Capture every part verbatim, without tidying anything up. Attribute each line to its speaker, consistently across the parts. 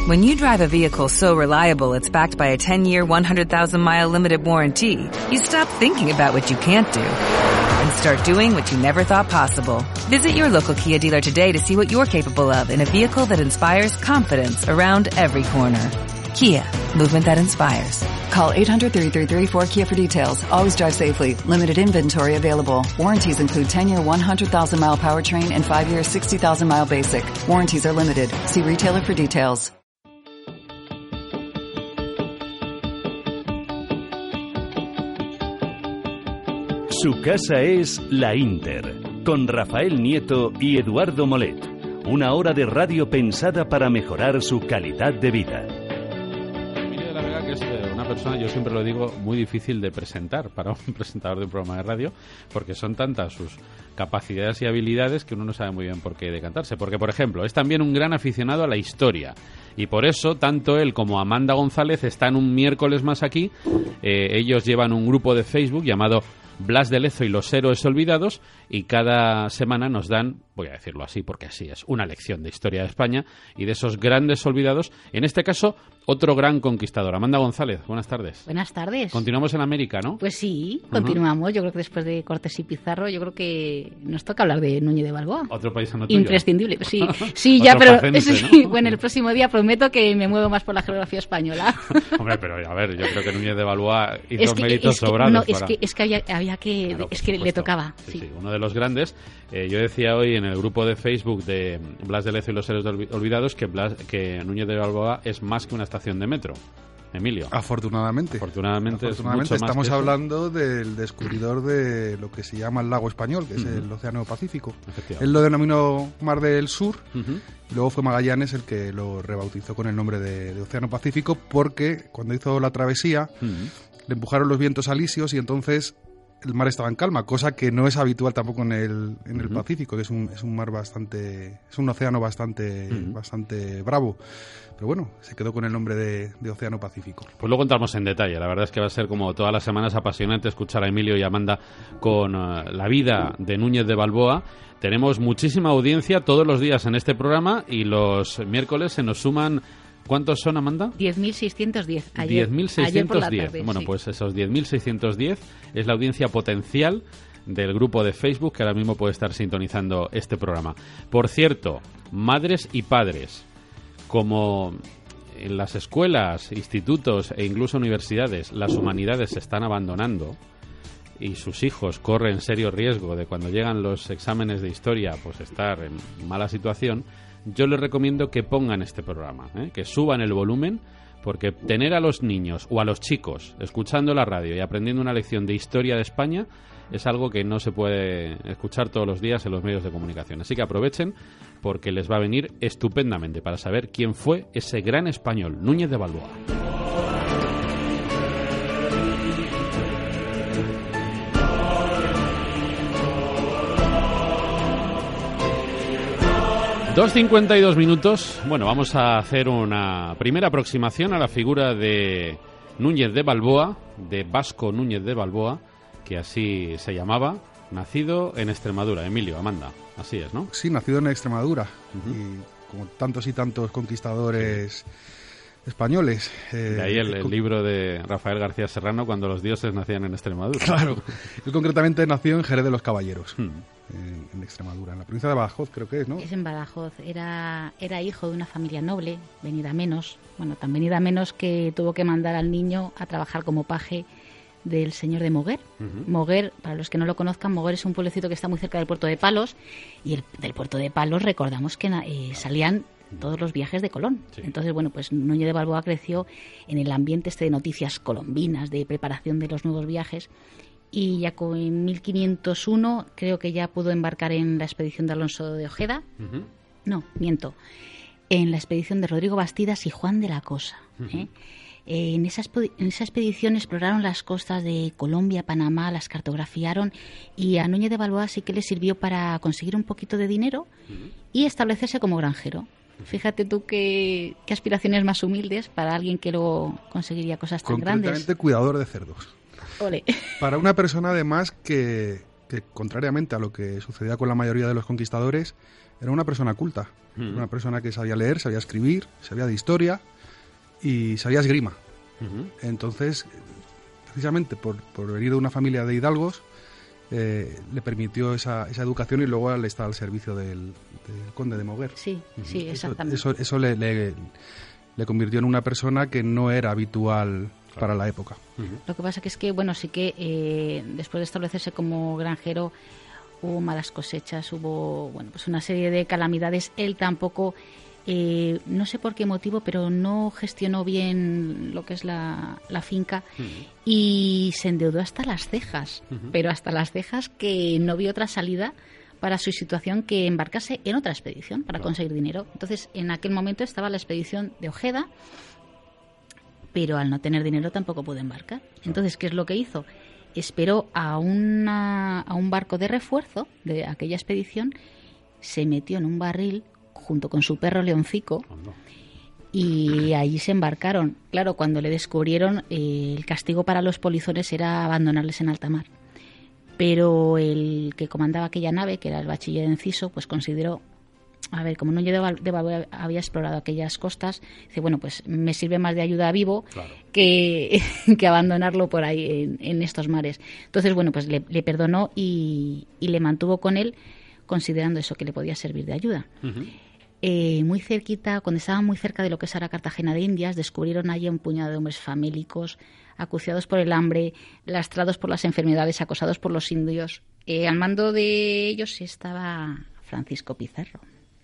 Speaker 1: When you drive a vehicle so reliable it's backed by a ten-year, one hundred thousand mile limited warranty, you stop thinking about what you can't do and start doing what you never thought possible. Visit your local Kia dealer today to see what you're capable of in a vehicle that inspires confidence around every corner. Kia, movement that inspires.
Speaker 2: Call eight hundred, three three three, four Kia for details. Always drive safely. Limited inventory available. Warranties include ten-year, one hundred thousand mile powertrain and five-year, sixty thousand mile basic. Warranties are limited. See retailer for details.
Speaker 3: Su casa es La Inter, con Rafael Nieto y Eduardo Molet. Una hora de radio pensada para mejorar su calidad de vida.
Speaker 4: Emilio de la Vega, que es una persona, yo siempre lo digo, muy difícil de presentar para un presentador de un programa de radio, porque son tantas sus capacidades y habilidades que uno no sabe muy bien por qué decantarse. Porque, por ejemplo, es también un gran aficionado a la historia. Y por eso, tanto él como Amanda González están un miércoles más aquí. Eh, ellos llevan un grupo de Facebook llamado Blas de Lezo y los héroes olvidados, y cada semana nos dan, voy a decirlo así porque así es, una lección de historia de España y de esos grandes olvidados. En este caso, otro gran conquistador. Amanda González, buenas tardes.
Speaker 5: Buenas tardes.
Speaker 4: Continuamos en América, ¿no?
Speaker 5: Pues sí, continuamos. Uh-huh. Yo creo que después de Cortés y Pizarro, yo creo que nos toca hablar de Núñez de Balboa.
Speaker 4: Otro paisano tuyo.
Speaker 5: Imprescindible, sí. Sí, ya, pero sí, ¿no? Bueno, el próximo día prometo que me muevo más por la geografía española.
Speaker 4: Hombre, pero a ver, yo creo que Núñez de Balboa hizo
Speaker 5: es que,
Speaker 4: méritos
Speaker 5: es que,
Speaker 4: sobrados.
Speaker 5: No,
Speaker 4: para...
Speaker 5: es que, es que había, había que... Claro, es que supuesto. Le tocaba.
Speaker 4: Sí,
Speaker 5: sí.
Speaker 4: sí, uno de los grandes. Eh, yo decía hoy en el grupo de Facebook de Blas de Lezo y los héroes olvidados que, Blas, que Núñez de Balboa es más que una estación de metro. Emilio.
Speaker 6: Afortunadamente.
Speaker 4: Afortunadamente,
Speaker 6: Afortunadamente
Speaker 4: es mucho
Speaker 6: estamos
Speaker 4: más
Speaker 6: hablando del descubridor de lo que se llama el lago español, que uh-huh. es el Océano Pacífico. Él lo denominó Mar del Sur, uh-huh. y luego fue Magallanes el que lo rebautizó con el nombre de, de Océano Pacífico, porque cuando hizo la travesía uh-huh. le empujaron los vientos alisios y entonces el mar estaba en calma, cosa que no es habitual tampoco en el, en el uh-huh. Pacífico, que es un, es un mar bastante, es un océano bastante, uh-huh. bastante bravo. Pero bueno, se quedó con el nombre de, de Océano Pacífico.
Speaker 4: Pues luego entramos en detalle. La verdad es que va a ser, como todas las semanas, apasionante escuchar a Emilio y Amanda con uh, la vida de Núñez de Balboa. Tenemos muchísima audiencia todos los días en este programa y los miércoles se nos suman... ¿Cuántos son, Amanda?
Speaker 5: diez mil seiscientos diez. Ayer,
Speaker 4: diez mil seiscientos diez.
Speaker 5: Ayer por la tarde,
Speaker 4: bueno,
Speaker 5: sí.
Speaker 4: Pues esos diez mil seiscientos diez es la audiencia potencial del grupo de Facebook que ahora mismo puede estar sintonizando este programa. Por cierto, madres y padres, como en las escuelas, institutos e incluso universidades las humanidades se están abandonando y sus hijos corren serio riesgo de, cuando llegan los exámenes de historia, pues estar en mala situación, yo les recomiendo que pongan este programa, ¿eh? Que suban el volumen, porque tener a los niños o a los chicos escuchando la radio y aprendiendo una lección de historia de España es algo que no se puede escuchar todos los días en los medios de comunicación. Así que aprovechen, porque les va a venir estupendamente para saber quién fue ese gran español, Núñez de Balboa. dos cincuenta y dos minutos. Bueno, vamos a hacer una primera aproximación a la figura de Núñez de Balboa, de Vasco Núñez de Balboa, que así se llamaba, nacido en Extremadura. Emilio, Amanda, así es, ¿no?
Speaker 6: Sí, nacido en Extremadura, uh-huh. y como tantos y tantos conquistadores españoles. Eh,
Speaker 4: de ahí el, el libro de Rafael García Serrano, Cuando los dioses nacían en Extremadura.
Speaker 6: Claro, él concretamente nació en Jerez de los Caballeros, uh-huh. en, en Extremadura, en la provincia de Badajoz, creo que es, ¿no?
Speaker 5: Es en Badajoz. Era, era hijo de una familia noble, venida menos, bueno, tan venida menos que tuvo que mandar al niño a trabajar como paje del señor de Moguer. Uh-huh. Moguer, para los que no lo conozcan, Moguer es un pueblecito que está muy cerca del puerto de Palos, y el, del puerto de Palos recordamos que eh, salían todos los viajes de Colón. Sí. Entonces, bueno, pues Núñez de Balboa creció en el ambiente este de noticias colombinas, de preparación de los nuevos viajes, y ya con, en mil quinientos uno creo que ya pudo embarcar en la expedición de Alonso de Ojeda. Uh-huh. No, miento. En la expedición de Rodrigo Bastidas y Juan de la Cosa. Uh-huh. ¿eh? Eh, en, esa en esa expedición exploraron las costas de Colombia, Panamá, las cartografiaron, y a Núñez de Balboa sí que le sirvió para conseguir un poquito de dinero uh-huh. y establecerse como granjero. Fíjate tú qué, qué aspiraciones más humildes para alguien que luego conseguiría cosas tan grandes.
Speaker 6: Concretamente cuidador de cerdos.
Speaker 5: Ole.
Speaker 6: Para una persona además que que, contrariamente a lo que sucedía con la mayoría de los conquistadores, era una persona culta, uh-huh. una persona que sabía leer, sabía escribir, sabía de historia y sabía esgrima. Uh-huh. Entonces, precisamente por, por venir de una familia de hidalgos, eh, le permitió esa, esa educación y luego él está al servicio del, del conde de Moguer.
Speaker 5: Sí, uh-huh. sí, exactamente.
Speaker 6: Eso, eso, eso le, le, le convirtió en una persona que no era habitual para la época.
Speaker 5: Uh-huh. Lo que pasa que es que, bueno, sí que eh, después de establecerse como granjero hubo malas cosechas, hubo, bueno, pues una serie de calamidades. Él tampoco, eh, no sé por qué motivo, pero no gestionó bien lo que es la, la finca uh-huh. y se endeudó hasta las cejas, uh-huh. pero hasta las cejas, que no vio otra salida para su situación que embarcarse en otra expedición para claro. conseguir dinero. Entonces, en aquel momento estaba la expedición de Ojeda, pero al no tener dinero tampoco pudo embarcar. Entonces, ¿qué es lo que hizo? Esperó a, una, a un barco de refuerzo de aquella expedición, se metió en un barril junto con su perro Leoncico y allí se embarcaron. Claro, cuando le descubrieron, eh, el castigo para los polizones era abandonarles en alta mar. Pero el que comandaba aquella nave, que era el bachiller Enciso, pues consideró, a ver, como Núñez de Balboa había explorado aquellas costas, dice, bueno, pues me sirve más de ayuda a vivo claro. que, que abandonarlo por ahí en, en estos mares. Entonces, bueno, pues le, le perdonó y, y le mantuvo con él, considerando eso, que le podía servir de ayuda. Uh-huh. Eh, muy cerquita, cuando estaban muy cerca de lo que es ahora Cartagena de Indias, descubrieron allí un puñado de hombres famélicos, acuciados por el hambre, lastrados por las enfermedades, acosados por los indios. Eh, al mando de ellos estaba Francisco Pizarro.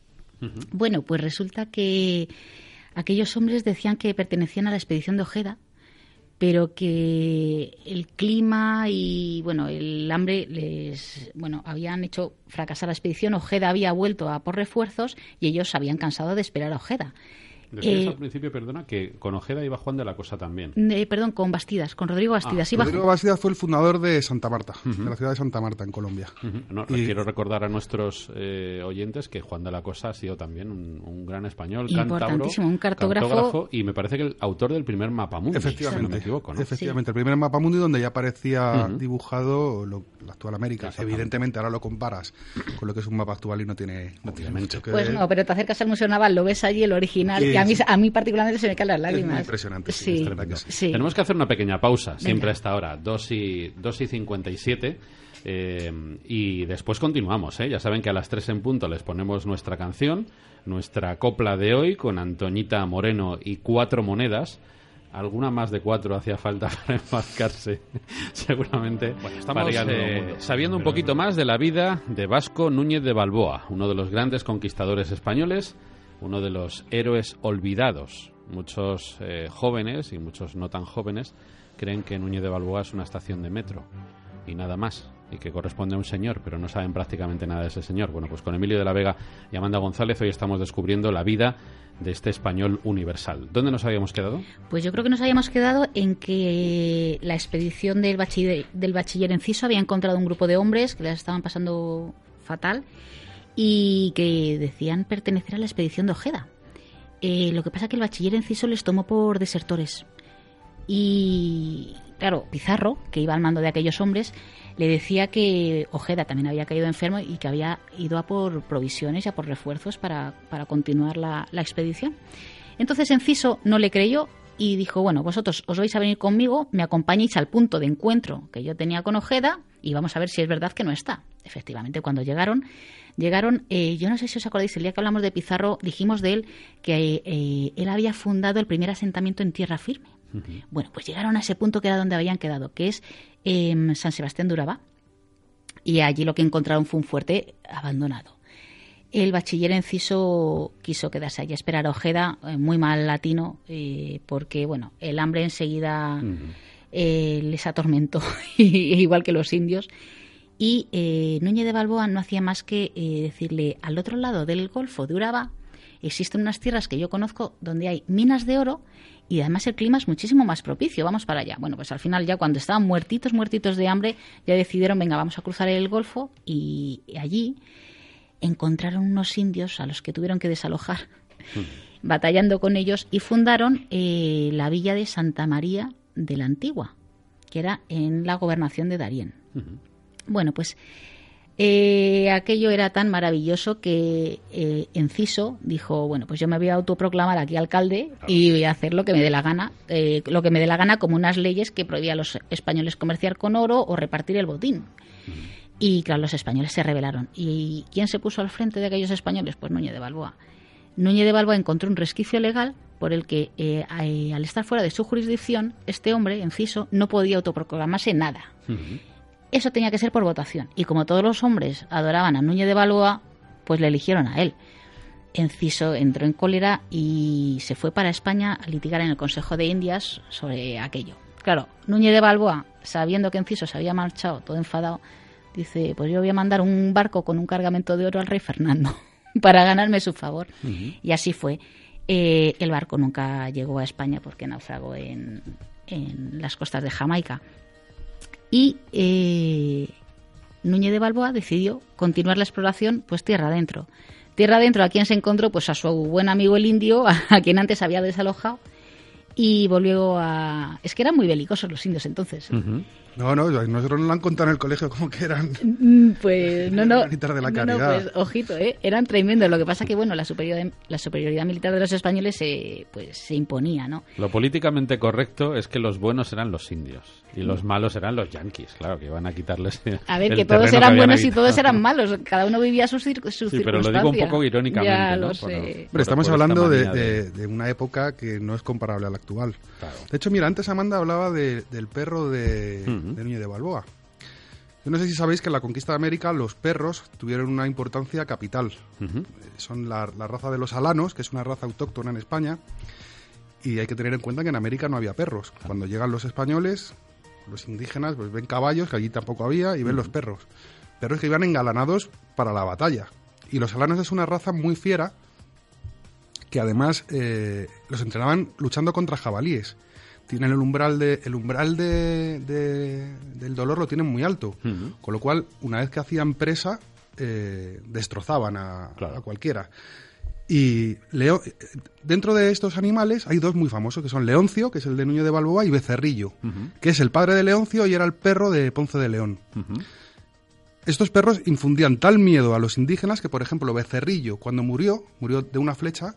Speaker 5: Bueno, pues resulta que aquellos hombres decían que pertenecían a la expedición de Ojeda, pero que el clima y bueno el hambre les bueno habían hecho fracasar la expedición. Ojeda había vuelto a por refuerzos y ellos se habían cansado de esperar a Ojeda.
Speaker 4: Decías
Speaker 5: eh,
Speaker 4: al principio, perdona, que con Ojeda iba Juan de la Cosa también.
Speaker 5: Eh, perdón, con Bastidas, con Rodrigo Bastidas.
Speaker 6: Ah,
Speaker 5: iba
Speaker 6: Rodrigo Bastidas fue el fundador de Santa Marta, uh-huh. de la ciudad de Santa Marta, en Colombia.
Speaker 4: Uh-huh. No, y... Quiero recordar a nuestros eh, oyentes que Juan de la Cosa ha sido también un, un gran español, cántabro,
Speaker 5: un cartógrafo.
Speaker 4: cartógrafo, y me parece que el autor del primer mapamundi,
Speaker 6: efectivamente,
Speaker 4: si no me equivoco, ¿no?
Speaker 6: Efectivamente, sí. El primer mapamundi donde ya aparecía uh-huh. dibujado lo, la actual América. Evidentemente, ahora lo comparas con lo que es un mapa actual y no tiene, no tiene mucho que
Speaker 5: Pues
Speaker 6: ver.
Speaker 5: no, pero te acercas al Museo Naval, lo ves allí, el original, y, que a mí, a mí particularmente se me caen las lágrimas.
Speaker 6: Es muy impresionante.
Speaker 5: Sí,
Speaker 6: sí,
Speaker 4: es
Speaker 6: sí.
Speaker 4: Sí. Tenemos que hacer una pequeña pausa, Venga. siempre a esta hora, dos y cincuenta y siete, eh, y después continuamos. ¿eh? Ya saben que a las tres en punto les ponemos nuestra canción, nuestra copla de hoy, con Antoñita Moreno y Cuatro Monedas. Alguna más de cuatro hacía falta para embarcarse, seguramente. Bueno, estamos eh, sabiendo un poquito más de la vida de Vasco Núñez de Balboa, uno de los grandes conquistadores españoles, uno de los héroes olvidados. Muchos eh, jóvenes y muchos no tan jóvenes creen que Núñez de Balboa es una estación de metro y nada más, y que corresponde a un señor, pero no saben prácticamente nada de ese señor. Bueno, pues con Emilio de la Vega y Amanda González hoy estamos descubriendo la vida de este español universal. ¿Dónde nos habíamos quedado?
Speaker 5: Pues yo creo que nos habíamos quedado en que la expedición del bachiller, del bachiller Enciso había encontrado un grupo de hombres que les estaban pasando fatal y que decían pertenecer a la expedición de Ojeda. Eh, lo que pasa es que el bachiller Enciso les tomó por desertores. Y, claro, Pizarro, que iba al mando de aquellos hombres, le decía que Ojeda también había caído enfermo y que había ido a por provisiones y a por refuerzos para, para continuar la, la expedición. Entonces Enciso no le creyó y dijo, bueno, vosotros os vais a venir conmigo, me acompañáis al punto de encuentro que yo tenía con Ojeda y vamos a ver si es verdad que no está. Efectivamente, cuando llegaron, llegaron eh, yo no sé si os acordáis, el día que hablamos de Pizarro dijimos de él que eh, él había fundado el primer asentamiento en tierra firme. Uh-huh. Bueno, pues llegaron a ese punto que era donde habían quedado, que es eh, San Sebastián de Urabá, y allí lo que encontraron fue un fuerte abandonado. El bachiller Enciso quiso quedarse allí a esperar a Ojeda, eh, muy mal latino, eh, porque bueno, el hambre enseguida uh-huh. eh, les atormentó, igual que los indios. Y eh, Núñez de Balboa no hacía más que eh, decirle, al otro lado del Golfo de Urabá existen unas tierras que yo conozco donde hay minas de oro y además el clima es muchísimo más propicio, vamos para allá. Bueno, pues al final ya cuando estaban muertitos, muertitos de hambre, ya decidieron, venga, vamos a cruzar el Golfo, y allí encontraron unos indios a los que tuvieron que desalojar, uh-huh. batallando con ellos, y fundaron eh, la villa de Santa María de la Antigua, que era en la gobernación de Darién. Uh-huh. Bueno, pues eh, aquello era tan maravilloso que eh, Enciso dijo, bueno, pues yo me voy a autoproclamar aquí alcalde y voy a hacer lo que me dé la gana, eh, lo que me dé la gana, como unas leyes que prohibían a los españoles comerciar con oro o repartir el botín. Y claro, los españoles se rebelaron. ¿Y quién se puso al frente de aquellos españoles? Pues Núñez de Balboa. Núñez de Balboa encontró un resquicio legal por el que, eh, eh, al estar fuera de su jurisdicción, este hombre, Enciso, no podía autoproclamarse nada. Uh-huh. Eso tenía que ser por votación. Y como todos los hombres adoraban a Núñez de Balboa, pues le eligieron a él. Enciso entró en cólera y se fue para España a litigar en el Consejo de Indias sobre aquello. Claro, Núñez de Balboa, sabiendo que Enciso se había marchado todo enfadado, dice, pues yo voy a mandar un barco con un cargamento de oro al rey Fernando para ganarme su favor. Uh-huh. Y así fue. Eh, el barco nunca llegó a España porque naufragó en, en las costas de Jamaica. Y eh, Núñez de Balboa decidió continuar la exploración pues tierra adentro. Tierra adentro, ¿a quién se encontró? Pues a su buen amigo el indio, a, a quien antes había desalojado. Y volvió a... Es que eran muy belicosos los indios entonces.
Speaker 6: Uh-huh. No, no, nosotros nos lo han contado en el colegio como que eran...
Speaker 5: Pues no, no.
Speaker 6: Militar de la
Speaker 5: no,
Speaker 6: caridad.
Speaker 5: no, pues ojito, ¿eh? Eran tremendos. Lo que pasa que, bueno, la superioridad, la superioridad militar de los españoles se, pues, se imponía, ¿no?
Speaker 4: Lo políticamente correcto es que los buenos eran los indios y los malos eran los yanquis, claro, que iban a quitarles
Speaker 5: A ver,
Speaker 4: el
Speaker 5: que todos
Speaker 4: terreno
Speaker 5: eran
Speaker 4: que
Speaker 5: buenos
Speaker 4: habían
Speaker 5: y todos eran malos. Cada uno vivía su, cir- su
Speaker 4: sí,
Speaker 5: circunstancia.
Speaker 4: pero lo digo un poco irónicamente,
Speaker 5: ya
Speaker 4: ¿no?
Speaker 5: Lo sé.
Speaker 4: Por,
Speaker 6: Pero
Speaker 4: por,
Speaker 6: estamos
Speaker 4: por
Speaker 6: hablando de,
Speaker 4: de...
Speaker 6: de, de una época que no es comparable a la actual.
Speaker 4: Claro.
Speaker 6: De hecho, mira, antes Amanda hablaba de, del perro de, uh-huh. de Núñez de Balboa. Yo no sé si sabéis que en la conquista de América los perros tuvieron una importancia capital. Uh-huh. Son la, la raza de los alanos, que es una raza autóctona en España, y hay que tener en cuenta que en América no había perros. Claro. Cuando llegan los españoles, los indígenas pues ven caballos, que allí tampoco había, y ven uh-huh. los perros. Perros que iban engalanados para la batalla. Y los alanos es una raza muy fiera, que además eh, los entrenaban luchando contra jabalíes. Tienen el umbral de el umbral de, de del dolor lo tienen muy alto, uh-huh. con lo cual una vez que hacían presa eh, destrozaban a, claro. a cualquiera. Y Leo, dentro de estos animales hay dos muy famosos que son Leoncio, que es el de Núñez de Balboa, y Becerrillo, uh-huh. que es el padre de Leoncio y era el perro de Ponce de León. Uh-huh. Estos perros infundían tal miedo a los indígenas que, por ejemplo, Becerrillo cuando murió murió de una flecha.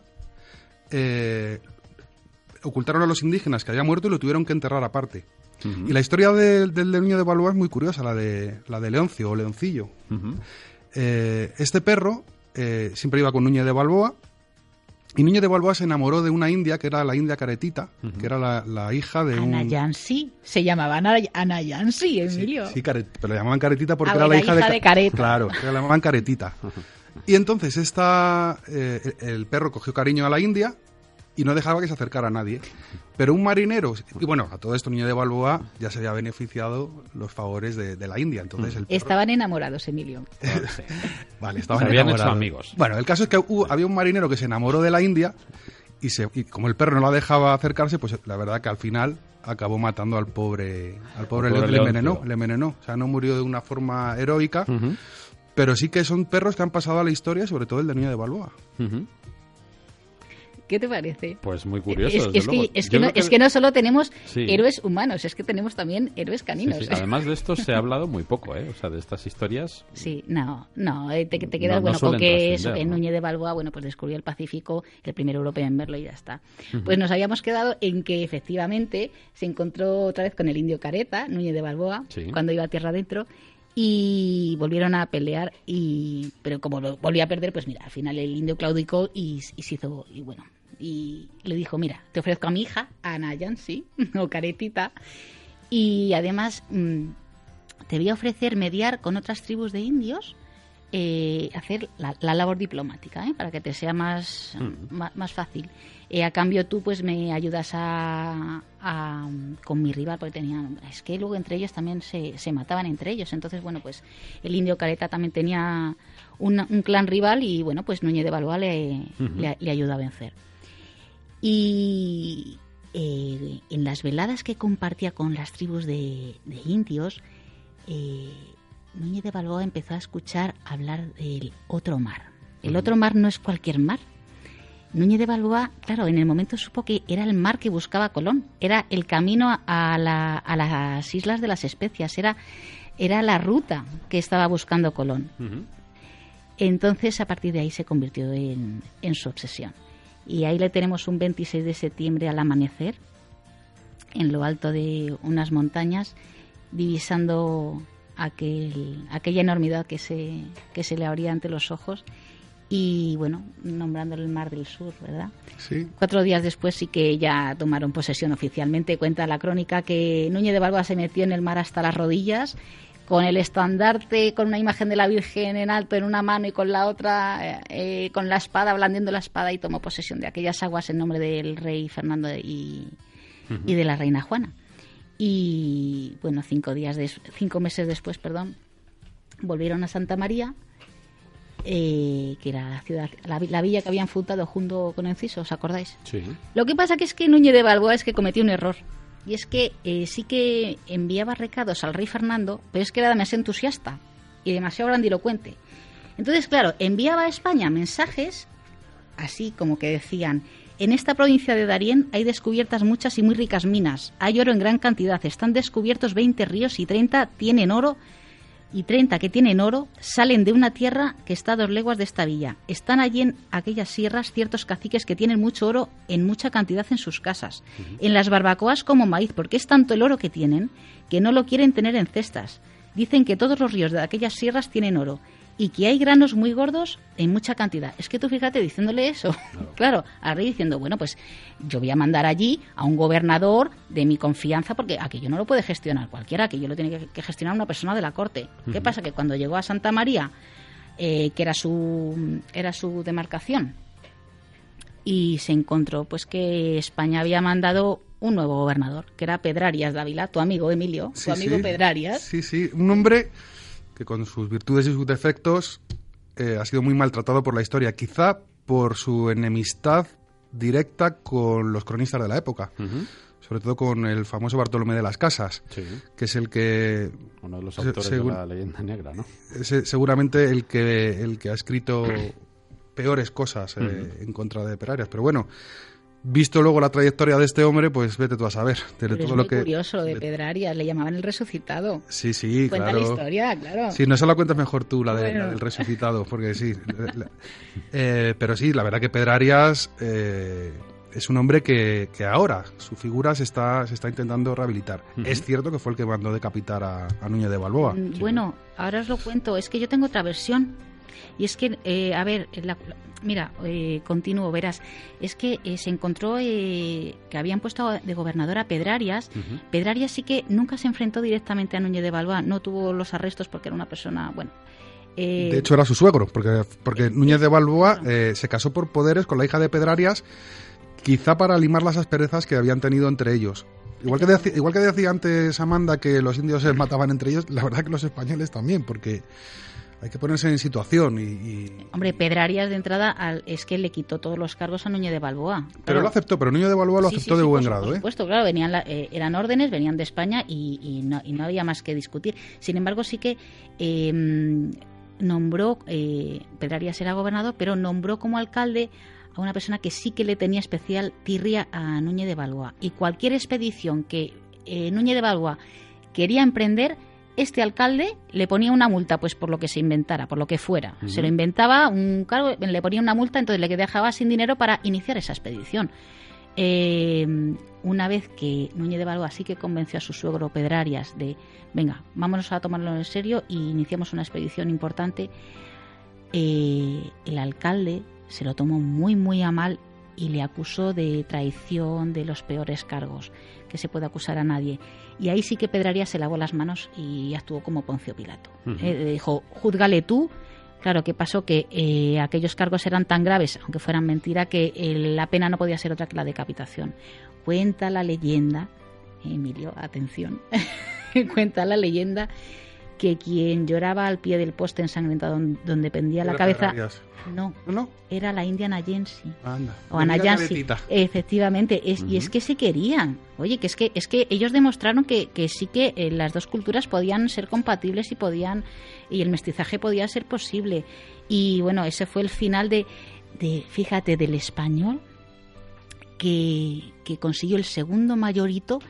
Speaker 6: Eh, ocultaron a los indígenas que había muerto y lo tuvieron que enterrar aparte. Uh-huh. Y la historia del de, de Núñez de Balboa es muy curiosa, la de la de Leoncio o Leoncillo. Uh-huh. Eh, este perro eh, siempre iba con Núñez de Balboa y Núñez de Balboa se enamoró de una india que era la india Caretita, uh-huh. que era la, la hija de
Speaker 5: Ana
Speaker 6: un...
Speaker 5: Ana Yancy, se llamaba Ana, Ana Yancy, Emilio.
Speaker 6: Sí, sí Caret... pero la llamaban Caretita porque
Speaker 5: ah,
Speaker 6: era la hija,
Speaker 5: hija
Speaker 6: de...
Speaker 5: de Careta.
Speaker 6: Claro, la llamaban Caretita. Uh-huh. Y entonces esta, eh, el perro cogió cariño a la india y no dejaba que se acercara a nadie. Pero un marinero, y bueno, a todo esto Núñez de Balboa ya se había beneficiado los favores de, de la India. Entonces el perro...
Speaker 5: Estaban enamorados, Emilio.
Speaker 6: Vale, estaban
Speaker 4: se habían
Speaker 6: enamorados.
Speaker 4: hecho amigos.
Speaker 6: Bueno, el caso es que hubo, había un marinero que se enamoró de la India y, se, y como el perro no la dejaba acercarse, pues la verdad que al final acabó matando al pobre al pobre, pobre le, le envenenó, le envenenó. O sea, no murió de una forma heroica, uh-huh. pero sí que son perros que han pasado a la historia, sobre todo el de Núñez de Balboa.
Speaker 4: Uh-huh.
Speaker 5: ¿Qué te parece?
Speaker 4: Pues muy curioso.
Speaker 5: Es, es, que, es, que, no, que... es que no solo tenemos sí. héroes humanos, es que tenemos también héroes caninos.
Speaker 4: Sí, sí. Además de esto se ha hablado muy poco, ¿eh? O sea, de estas historias...
Speaker 5: Sí, no, no, te, te quedas,
Speaker 4: no,
Speaker 5: bueno,
Speaker 4: no
Speaker 5: con que eso, que
Speaker 4: ¿no?
Speaker 5: Núñez de Balboa, bueno, pues descubrió el Pacífico, el primer europeo en verlo y ya está. Uh-huh. Pues nos habíamos quedado en que efectivamente se encontró otra vez con el indio Careta, Núñez de Balboa, sí. cuando iba a tierra adentro, y volvieron a pelear, y pero como lo volvió a perder, pues mira, al final el indio claudicó y, y se hizo, y bueno... y le dijo, mira, te ofrezco a mi hija, Ana Yancy, o Caretita, y además mmm, te voy a ofrecer mediar con otras tribus de indios, eh, hacer la, la labor diplomática, ¿eh? Para que te sea más, mm. más, más fácil. Eh, a cambio tú pues me ayudas a, a con mi rival, porque tenían, es que luego entre ellos también se, se mataban entre ellos, entonces bueno, pues el indio Careta también tenía un, un clan rival y bueno, pues Núñez de Balboa le, uh-huh. le, le ayudó a vencer. Y eh, en las veladas que compartía con las tribus de, de indios, eh, Núñez de Balboa empezó a escuchar hablar del otro mar. El otro mar no es cualquier mar. Núñez de Balboa, claro, en el momento supo que era el mar que buscaba Colón. Era el camino a, la, a las Islas de las Especias. Era era la ruta que estaba buscando Colón. Uh-huh. Entonces, a partir de ahí se convirtió en, en su obsesión. Y ahí le tenemos un veintiséis de septiembre al amanecer, en lo alto de unas montañas, divisando aquel, aquella enormidad que se, que se le abría ante los ojos y, bueno, nombrando el Mar del Sur, ¿verdad?
Speaker 6: Sí.
Speaker 5: Cuatro días después sí que ya tomaron posesión oficialmente. Cuenta la crónica que Núñez de Balboa se metió en el mar hasta las rodillas, con el estandarte, con una imagen de la Virgen en alto en una mano y con la otra, eh, con la espada, blandiendo la espada, y tomó posesión de aquellas aguas en nombre del rey Fernando y, uh-huh. y de la reina Juana. Y, bueno, cinco días de, cinco meses después, perdón, volvieron a Santa María, eh, que era la ciudad, la, la villa que habían fundado junto con Enciso, ¿os acordáis?
Speaker 4: Sí.
Speaker 5: Lo que pasa que es que Núñez de Balboa es que cometió un error. Y es que eh, sí que enviaba recados al rey Fernando, pero es que era demasiado entusiasta y demasiado grandilocuente. Entonces, claro, enviaba a España mensajes así como que decían: en esta provincia de Darién hay descubiertas muchas y muy ricas minas, hay oro en gran cantidad, están descubiertos veinte ríos y treinta tienen oro, y treinta que tienen oro salen de una tierra que está a dos leguas de esta villa. Están allí en aquellas sierras ciertos caciques que tienen mucho oro en mucha cantidad en sus casas, uh-huh. en las barbacoas como maíz, porque es tanto el oro que tienen que no lo quieren tener en cestas. Dicen que todos los ríos de aquellas sierras tienen oro y que hay granos muy gordos en mucha cantidad. Es que tú fíjate diciéndole eso, claro, claro al rey diciendo, bueno, pues yo voy a mandar allí a un gobernador de mi confianza, porque aquello no lo puede gestionar cualquiera, aquello lo tiene que, que gestionar una persona de la corte. Uh-huh. ¿Qué pasa? Que cuando llegó a Santa María, eh, que era su, era su demarcación, y se encontró pues que España había mandado un nuevo gobernador, que era Pedrarias Dávila, tu amigo Emilio,
Speaker 6: sí,
Speaker 5: tu amigo
Speaker 6: sí.
Speaker 5: Pedrarias.
Speaker 6: Sí, sí, un hombre que con sus virtudes y sus defectos eh, ha sido muy maltratado por la historia, quizá por su enemistad directa con los cronistas de la época, uh-huh. sobre todo con el famoso Bartolomé de las Casas, sí. que es el que...
Speaker 4: Uno de los autores se, de la leyenda negra, ¿no?
Speaker 6: Es seguramente el que, el que ha escrito peores cosas eh, uh-huh. en contra de Pedrarias, pero bueno... Visto luego la trayectoria de este hombre, pues vete tú a saber. De
Speaker 5: Pero
Speaker 6: todo
Speaker 5: es
Speaker 6: lo
Speaker 5: muy
Speaker 6: que,
Speaker 5: curioso de Pedrarias, le llamaban el resucitado.
Speaker 6: Sí, sí,
Speaker 5: Cuenta
Speaker 6: claro.
Speaker 5: la historia, claro.
Speaker 6: Sí, no se la cuentas mejor tú, la, de,
Speaker 5: bueno.
Speaker 6: la del resucitado, porque sí. la, eh, pero sí, la verdad que Pedrarias eh, es un hombre que, que ahora su figura se está, se está intentando rehabilitar. Uh-huh. Es cierto que fue el que mandó decapitar a, a Núñez de Balboa.
Speaker 5: Mm, bueno, ahora os lo cuento. Es que yo tengo otra versión. Y es que, eh, a ver, la, mira, eh, continúo, verás, es que eh, se encontró eh, que habían puesto de gobernador a Pedrarias. Uh-huh. Pedrarias sí que nunca se enfrentó directamente a Núñez de Balboa, no tuvo los arrestos porque era una persona, bueno... Eh,
Speaker 6: de hecho era su suegro, porque, porque Núñez de Balboa eh, se casó por poderes con la hija de Pedrarias, quizá para limar las asperezas que habían tenido entre ellos. Igual que, de, igual que decía antes Amanda que los indios se mataban entre ellos, la verdad que los españoles también, porque... Hay que ponerse en situación y... y...
Speaker 5: Hombre, Pedrarias de entrada al, es que le quitó todos los cargos a Núñez de Balboa.
Speaker 6: Pero, pero lo aceptó, pero Núñez de Balboa lo sí, aceptó sí, de sí, buen
Speaker 5: por,
Speaker 6: grado,
Speaker 5: por
Speaker 6: ¿eh?
Speaker 5: Por supuesto, claro, venían la, eh, eran órdenes, venían de España y, y, no, y no había más que discutir. Sin embargo, sí que eh, nombró, eh, Pedrarias era gobernador, pero nombró como alcalde a una persona que sí que le tenía especial tirria a Núñez de Balboa. Y cualquier expedición que eh, Núñez de Balboa quería emprender... Este alcalde le ponía una multa, pues por lo que se inventara, por lo que fuera. Uh-huh. Se lo inventaba, un cargo, le ponía una multa, entonces le dejaba sin dinero para iniciar esa expedición. Eh, una vez que Núñez de Balboa sí que convenció a su suegro Pedrarias de, venga, vámonos a tomarlo en serio y iniciamos una expedición importante, eh, el alcalde se lo tomó muy, muy a mal y le acusó de traición, de los peores cargos que se puede acusar a nadie. Y ahí sí que Pedrarias se lavó las manos y actuó como Poncio Pilato. Uh-huh. Eh, dijo, júzgale tú. Claro, ¿qué pasó? Que eh, aquellos cargos eran tan graves, aunque fueran mentira, que eh, la pena no podía ser otra que la decapitación. Cuenta la leyenda, Emilio, atención, cuenta la leyenda que quien lloraba al pie del poste ensangrentado donde pendía la cabeza... No,
Speaker 6: no,
Speaker 5: era la India Anayensi.
Speaker 6: Anda.
Speaker 5: O Anayansi. Efectivamente. Es, uh-huh. Y es que se querían. Oye, que es que es que ellos demostraron que, que sí que eh, las dos culturas podían ser compatibles y podían y el mestizaje podía ser posible. Y bueno, ese fue el final de, de fíjate, del español que, que consiguió el segundo mayor hito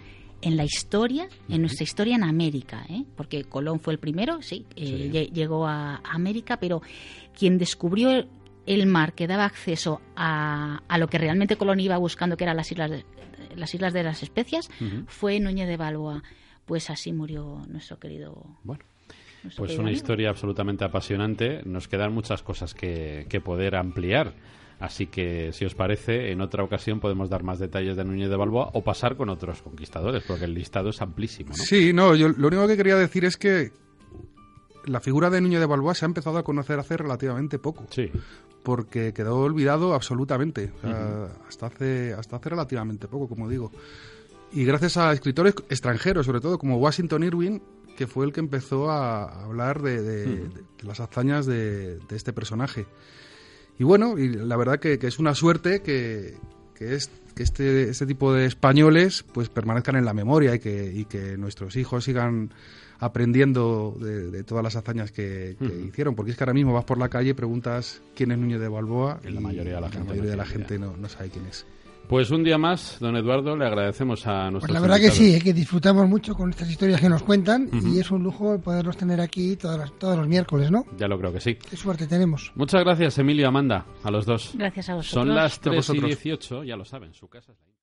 Speaker 5: en la historia, en nuestra historia en América, ¿eh? Porque Colón fue el primero, sí, eh, sí. llegó a América, pero quien descubrió el, el mar que daba acceso a, a lo que realmente Colón iba buscando, que eran las islas de, las islas de las Especias, uh-huh. fue Núñez de Balboa. Pues así murió nuestro querido...
Speaker 4: Bueno, nuestro pues querido una amigo. Historia absolutamente apasionante. Nos quedan muchas cosas que, que poder ampliar. Así que, si os parece, en otra ocasión podemos dar más detalles de Núñez de Balboa o pasar con otros conquistadores, porque el listado es amplísimo, ¿no?
Speaker 6: Sí, no, yo lo único que quería decir es que la figura de Núñez de Balboa se ha empezado a conocer hace relativamente poco.
Speaker 4: Sí.
Speaker 6: Porque quedó olvidado absolutamente. O sea, uh-huh. hasta hace hasta hace relativamente poco, como digo. Y gracias a escritores extranjeros, sobre todo, como Washington Irving, que fue el que empezó a hablar de, de, uh-huh. de, de las hazañas de, de este personaje. Y bueno, y la verdad que, que es una suerte que, que, es, que este, este tipo de españoles pues permanezcan en la memoria y que, y que nuestros hijos sigan aprendiendo de, de todas las hazañas que, que uh-huh. hicieron, porque es que ahora mismo vas por la calle y preguntas quién es Núñez de Balboa y,
Speaker 4: y la mayoría de la
Speaker 6: la
Speaker 4: gente,
Speaker 6: mayoría
Speaker 4: no,
Speaker 6: de la gente no, no sabe quién es.
Speaker 4: Pues un día más, don Eduardo, le agradecemos a nuestros
Speaker 7: Pues la verdad
Speaker 4: invitados.
Speaker 7: que sí, es que disfrutamos mucho con estas historias que nos cuentan
Speaker 4: uh-huh.
Speaker 7: y es un lujo poderlos tener aquí todos los, todos los miércoles, ¿no?
Speaker 4: Ya lo creo que sí.
Speaker 7: Qué suerte tenemos.
Speaker 4: Muchas gracias, Emilio, Amanda, a los dos.
Speaker 5: Gracias a vosotros.
Speaker 4: Son las tres y
Speaker 6: vosotros.
Speaker 4: dieciocho, ya lo saben, su casa es la